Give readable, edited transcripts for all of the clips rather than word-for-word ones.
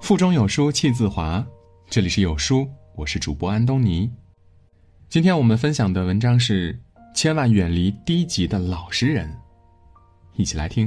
腹中有书气自华，这里是有书，我是主播安东尼。今天我们分享的文章是千万远离低级的老实人，一起来听。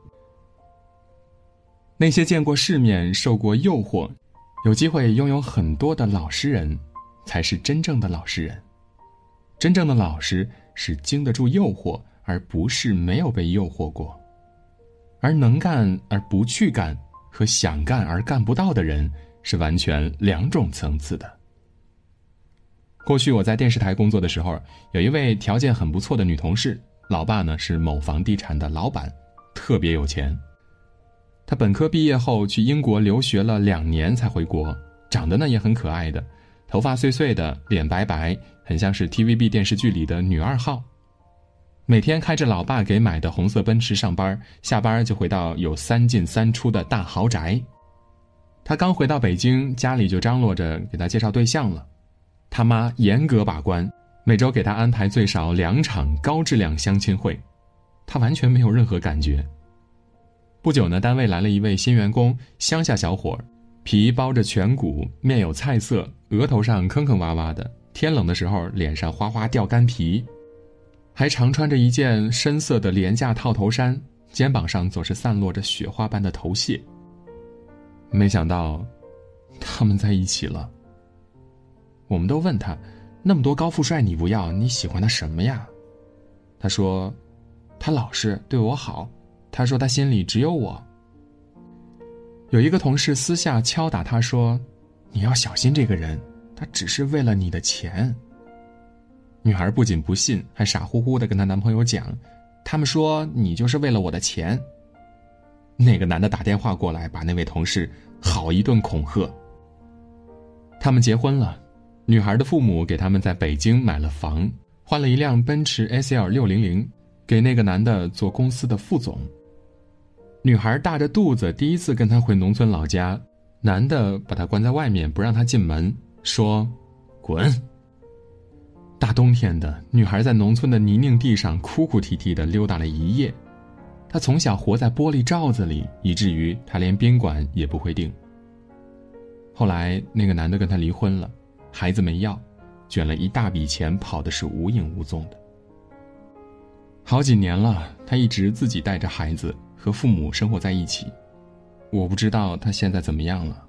那些见过世面、受过诱惑、有机会拥有很多的老实人，才是真正的老实人。真正的老实是经得住诱惑，而不是没有被诱惑过。而能干而不去干，和想干而干不到的人，是完全两种层次的。过去我在电视台工作的时候，有一位条件很不错的女同事，老爸呢是某房地产的老板，特别有钱。她本科毕业后去英国留学了2年才回国，长得呢也很可爱的，头发碎碎的，脸白白，很像是 TVB 电视剧里的女2号。每天开着老爸给买的红色奔驰上班，下班就回到有3进3出的大豪宅。他刚回到北京，家里就张罗着给他介绍对象了。他妈严格把关，每周给他安排最少2场高质量相亲会，他完全没有任何感觉。不久呢，单位来了一位新员工，乡下小伙，皮包着颧骨，面有菜色，额头上坑坑洼洼的，天冷的时候脸上哗哗掉干皮，还常穿着一件深色的廉价套头衫，肩膀上总是散落着雪花般的头屑。没想到他们在一起了。我们都问他，那么多高富帅你不要，你喜欢他什么呀？他说，他老实，对我好，他说他心里只有我。有一个同事私下敲打他说，你要小心这个人，他只是为了你的钱。女孩不仅不信，还傻乎乎地跟她男朋友讲，他们说你就是为了我的钱。那个男的打电话过来，把那位同事好一顿恐吓。他们结婚了，女孩的父母给他们在北京买了房，换了一辆奔驰 SL 600，给那个男的做公司的副总。女孩大着肚子第一次跟他回农村老家，男的把她关在外面，不让她进门，说滚。大冬天的，女孩在农村的泥泞地上哭哭啼啼地溜达了一夜。她从小活在玻璃罩子里，以至于她连宾馆也不会订。后来那个男的跟她离婚了，孩子没要，卷了一大笔钱，跑的是无影无踪的。好几年了，她一直自己带着孩子和父母生活在一起，我不知道她现在怎么样了。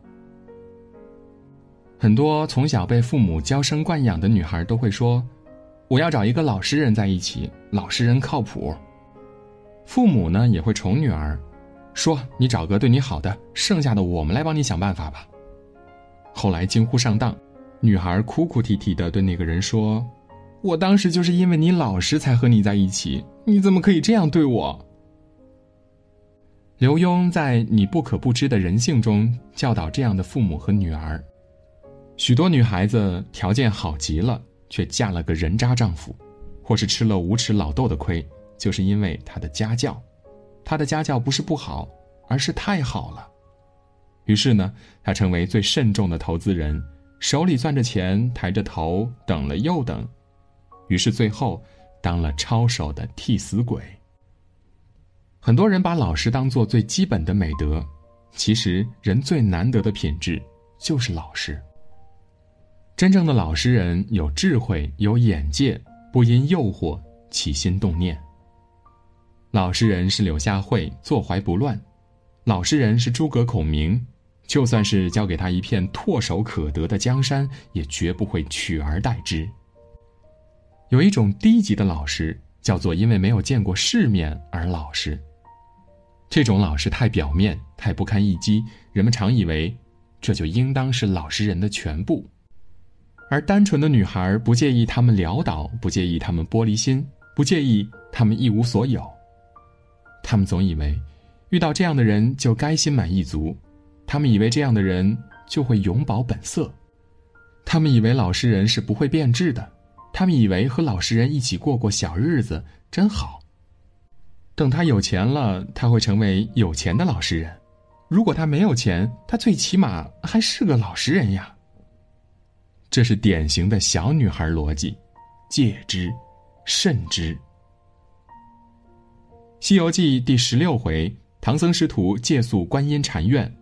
很多从小被父母娇生惯养的女孩都会说，我要找一个老实人在一起，老实人靠谱。父母呢也会宠女儿，说你找个对你好的，剩下的我们来帮你想办法吧。后来惊呼上当，女孩哭哭啼啼地对那个人说，我当时就是因为你老实才和你在一起，你怎么可以这样对我？刘墉在《你不可不知的人性》中教导这样的父母和女儿。许多女孩子条件好极了，却嫁了个人渣丈夫，或是吃了无耻老豆的亏，就是因为她的家教。她的家教不是不好，而是太好了。于是呢，她成为最慎重的投资人，手里攥着钱，抬着头，等了又等，于是最后当了抄手的替死鬼。很多人把老实当作最基本的美德，其实人最难得的品质就是老实。真正的老实人有智慧，有眼界，不因诱惑起心动念。老实人是柳下惠，坐怀不乱；老实人是诸葛孔明，就算是交给他一片唾手可得的江山，也绝不会取而代之。有一种低级的老实，叫做因为没有见过世面而老实。这种老实太表面，太不堪一击，人们常以为这就应当是老实人的全部。而单纯的女孩不介意他们潦倒，不介意他们玻璃心，不介意他们一无所有。他们总以为遇到这样的人就该心满意足，他们以为这样的人就会永葆本色，他们以为老实人是不会变质的，他们以为和老实人一起过过小日子真好。等他有钱了，他会成为有钱的老实人，如果他没有钱，他最起码还是个老实人呀。这是典型的小女孩逻辑，戒之慎之。西游记第16回，唐僧师徒借宿观音禅院，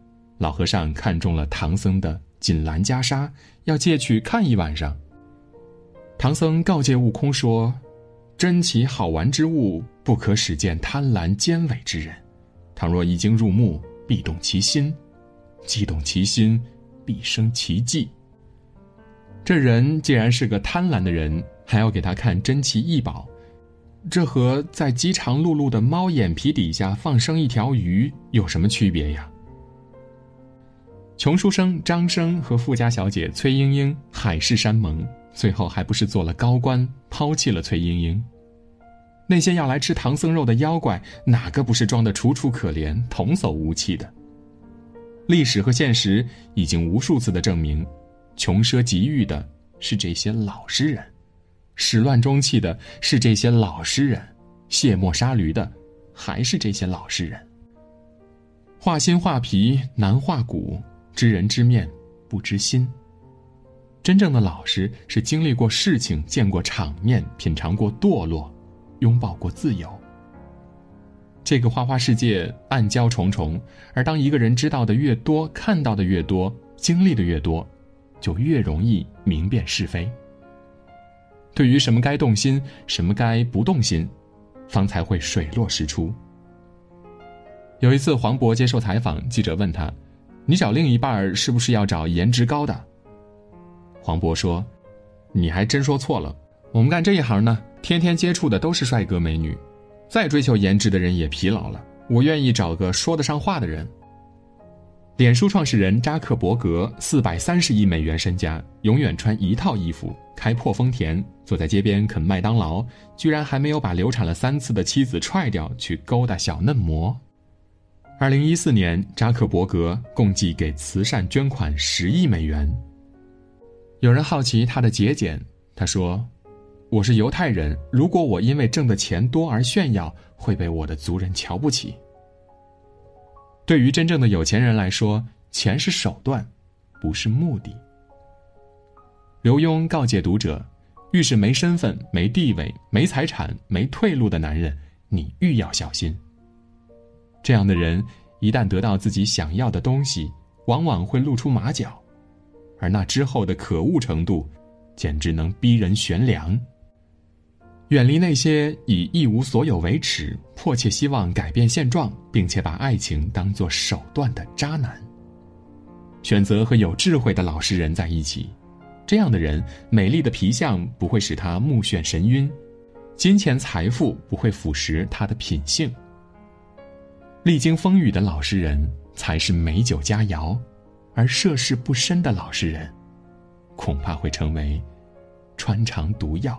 老和尚看中了唐僧的锦兰袈裟，要借去看一晚上。唐僧告诫悟空说，珍奇好玩之物，不可使见贪婪奸伪之人，倘若一经入目，必动其心，既动其心，必生其忌。这人既然是个贪婪的人，还要给他看珍奇异宝，这和在饥肠辘辘的猫眼皮底下放生一条鱼有什么区别呀？穷书生张生和富家小姐崔莺莺海誓山盟，最后还不是做了高官，抛弃了崔莺莺。那些要来吃唐僧肉的妖怪，哪个不是装得楚楚可怜，童叟无欺的？历史和现实已经无数次的证明，穷奢极欲的是这些老实人，始乱终弃的是这些老实人，卸磨杀驴的还是这些老实人。画心画皮难画骨，知人知面不知心。真正的老实是经历过事情，见过场面，品尝过堕落，拥抱过自由。这个花花世界暗礁重重，而当一个人知道的越多，看到的越多，经历的越多，就越容易明辨是非。对于什么该动心，什么该不动心，方才会水落石出。有一次黄渤接受采访，记者问他，你找另一半是不是要找颜值高的？黄渤说，你还真说错了，我们干这一行呢，天天接触的都是帅哥美女，再追求颜值的人也疲劳了，我愿意找个说得上话的人。脸书创始人扎克伯格430亿美元身家，永远穿一套衣服，开破丰田，坐在街边啃麦当劳，居然还没有把流产了3次的妻子踹掉去勾搭小嫩模。2014年，扎克伯格共计给慈善捐款10亿美元。有人好奇他的节俭，他说，我是犹太人，如果我因为挣的钱多而炫耀，会被我的族人瞧不起。对于真正的有钱人来说，钱是手段，不是目的。刘墉告诫读者，遇是没身份、没地位、没财产、没退路的男人，你愈要小心。这样的人一旦得到自己想要的东西，往往会露出马脚，而那之后的可恶程度简直能逼人悬梁。远离那些以一无所有为耻，迫切希望改变现状，并且把爱情当作手段的渣男。选择和有智慧的老实人在一起，这样的人，美丽的皮相不会使他目眩神晕，金钱财富不会腐蚀他的品性。历经风雨的老实人才是美酒佳肴，而涉世不深的老实人恐怕会成为穿肠毒药。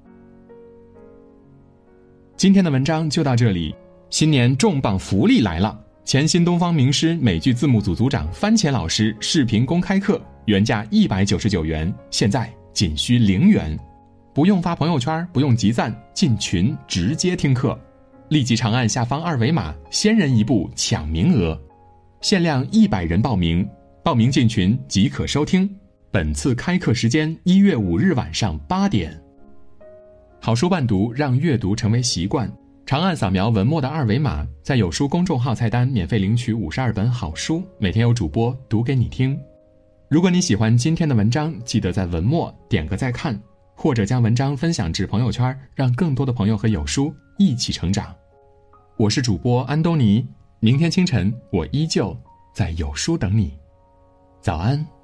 今天的文章就到这里，新年重磅福利来了！前新东方名师美剧字幕组组长番茄老师视频公开课，原价199元，现在仅需0元，不用发朋友圈，不用集赞，进群直接听课，立即长按下方2维码，先人一步抢名额，限量100人报名，报名进群即可收听。本次开课时间1月5日晚上8点。好书伴读，让阅读成为习惯。长按扫描文末的2维码，在有书公众号菜单免费领取52本好书，每天有主播读给你听。如果你喜欢今天的文章，记得在文末点个再看，或者将文章分享至朋友圈，让更多的朋友和有书一起成长。我是主播安东尼，明天清晨我依旧在有书等你。早安。